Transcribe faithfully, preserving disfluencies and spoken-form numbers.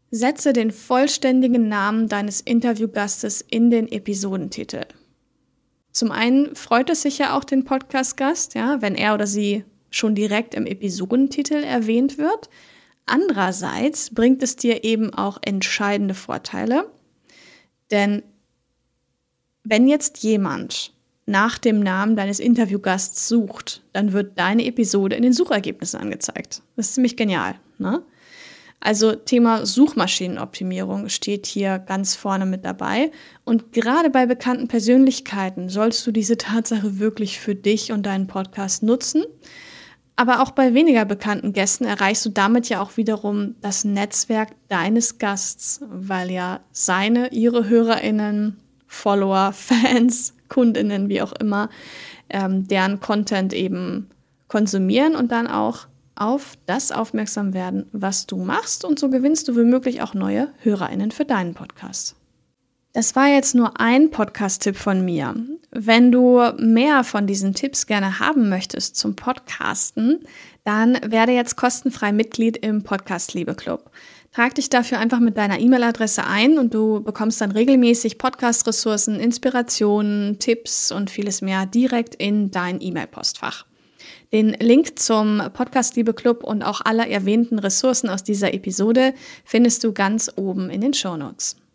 Setze den vollständigen Namen deines Interviewgastes in den Episodentitel. Zum einen freut es sich ja auch den Podcast-Gast, ja, wenn er oder sie schon direkt im Episodentitel erwähnt wird. Andererseits bringt es dir eben auch entscheidende Vorteile, denn wenn jetzt jemand nach dem Namen deines Interviewgasts sucht, dann wird deine Episode in den Suchergebnissen angezeigt. Das ist ziemlich genial, ne? Also Thema Suchmaschinenoptimierung steht hier ganz vorne mit dabei. Und gerade bei bekannten Persönlichkeiten sollst du diese Tatsache wirklich für dich und deinen Podcast nutzen. Aber auch bei weniger bekannten Gästen erreichst du damit ja auch wiederum das Netzwerk deines Gasts, weil ja seine, ihre HörerInnen, Follower, Fans, KundInnen, wie auch immer, ähm, deren Content eben konsumieren und dann auch auf das aufmerksam werden, was du machst, und so gewinnst du womöglich auch neue HörerInnen für deinen Podcast. Das war jetzt nur ein Podcast-Tipp von mir. Wenn du mehr von diesen Tipps gerne haben möchtest zum Podcasten, dann werde jetzt kostenfrei Mitglied im Podcast Liebe Club. Trag dich dafür einfach mit deiner E-Mail-Adresse ein und du bekommst dann regelmäßig Podcast-Ressourcen, Inspirationen, Tipps und vieles mehr direkt in dein E-Mail-Postfach. Den Link zum Podcast Liebe Club und auch aller erwähnten Ressourcen aus dieser Episode findest du ganz oben in den Shownotes.